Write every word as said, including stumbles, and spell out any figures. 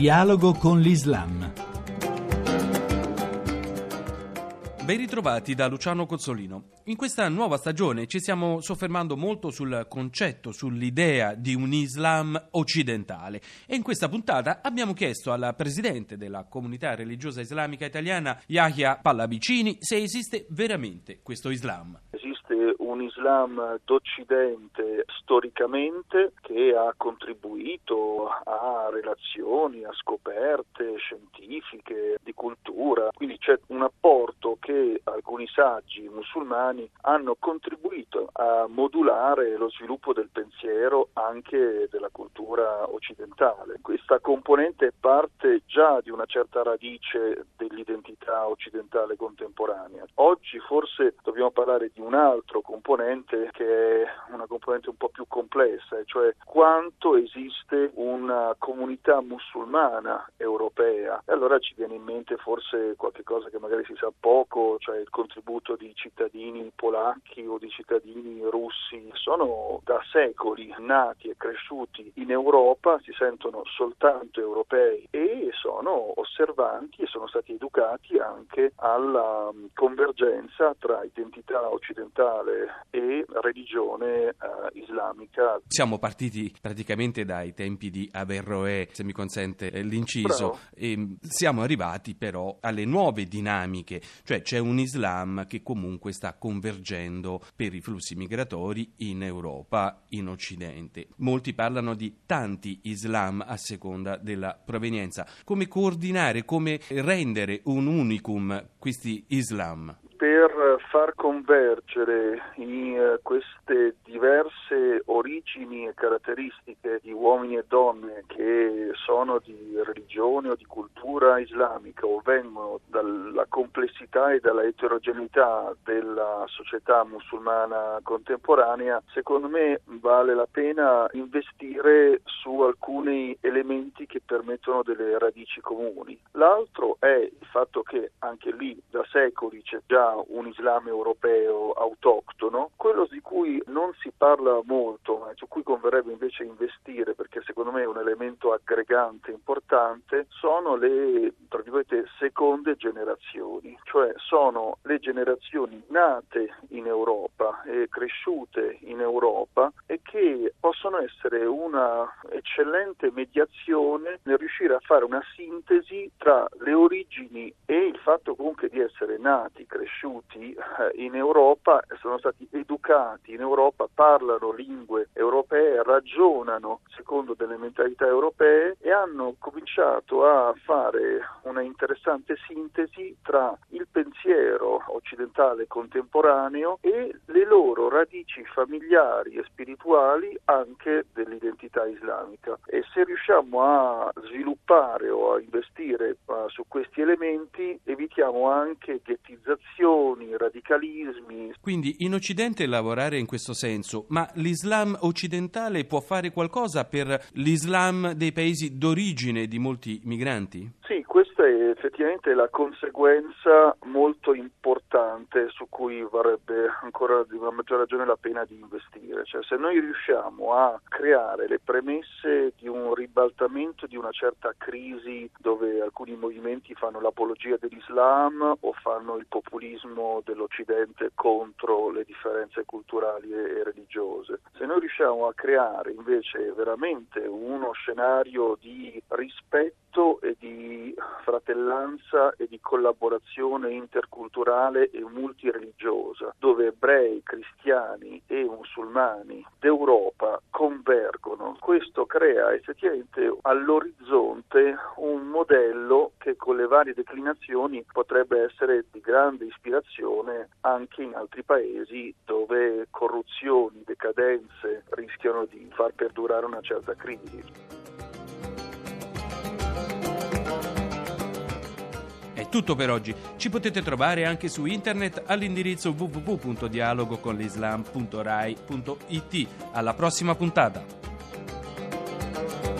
Dialogo con l'Islam. Ben ritrovati da Luciano Cozzolino. In questa nuova stagione ci stiamo soffermando molto sul concetto, sull'idea di un Islam occidentale e in questa puntata abbiamo chiesto al presidente della comunità religiosa islamica italiana, Yahya Pallavicini, se esiste veramente questo Islam. Esiste un Islam d'Occidente storicamente che ha contribuito a relazioni, a scoperte scientifiche, di cultura, quindi c'è un apporto che alcuni saggi musulmani hanno contribuito a modulare lo sviluppo del pensiero anche della cultura occidentale. Questa componente parte già di una certa radice dell'identità occidentale contemporanea. Oggi forse dobbiamo parlare di un altro componente che è una componente un po' più complessa, cioè quanto esiste una comunità musulmana europea. E allora ci viene in mente forse qualche cosa che magari si sa poco, cioè il contributo di cittadini polacchi o di cittadini russi. Sono da secoli nati e cresciuti in Europa, si sentono soltanto europei e sono osservanti e sono stati educati anche alla convergenza tra identità occidentale e religione eh, islamica. Siamo partiti praticamente dai tempi di Averroè, se mi consente l'inciso, Bravo. e siamo arrivati però alle nuove dinamiche, cioè c'è un Islam che comunque sta convergendo per i flussi migratori in Europa, in Occidente. Molti parlano di tanti Islam a seconda della provenienza. Come coordinare, come rendere un unicum questi Islam? Per far convergere in uh, queste diverse origini e caratteristiche di uomini e donne che sono di religione o di cultura islamica o vengono dalla complessità e dalla eterogeneità della società musulmana contemporanea, secondo me vale la pena investire su alcuni elementi che permettono delle radici comuni. L'altro è il fatto che anche lì da secoli c'è già un Islam europeo autoctono, quello di cui non si parla molto, ma su cui converrebbe invece investire, perché secondo me è un elemento aggregante importante, sono le, tra virgolette, seconde generazioni, cioè sono le generazioni nate in Europa e cresciute in Europa e che possono essere una eccellente mediazione nel riuscire a fare una sintesi tra le origini e il fatto comunque di essere nati, cresciuti in Europa, sono stati educati in Europa, parlano lingue europee, ragionano secondo delle mentalità europee e hanno cominciato a fare una interessante sintesi tra il pensiero occidentale contemporaneo e le loro radici familiari e spirituali anche dell'identità islamica. E se riusciamo a sviluppare o a investire uh, su questi elementi, evitiamo anche ghettizzazioni, radicalismi. Quindi in Occidente lavorare in questo senso, ma l'Islam occidentale può fare qualcosa per l'Islam dei paesi d'origine di molti migranti? Sì, questa è effettivamente la conseguenza molto importante su cui varrebbe ancora di una maggior ragione la pena di investire. Cioè, se noi riusciamo a creare le premesse di un ribaltamento di una certa crisi dove alcuni movimenti fanno l'apologia dell'Islam o fanno il populismo dell'Occidente contro le differenze culturali e religiose, se noi riusciamo a creare invece veramente uno scenario di rispetto e di fratellanza e di collaborazione interculturale e multireligiosa, dove ebrei, cristiani e musulmani d'Europa convergono, questo crea effettivamente all'orizzonte un modello che con le varie declinazioni potrebbe essere di grande ispirazione anche in altri paesi dove corruzioni, decadenze rischiano di far perdurare una certa crisi. È tutto per oggi. Ci potete trovare anche su internet all'indirizzo w w w punto dialogo con l'islam punto rai punto it. Alla prossima puntata.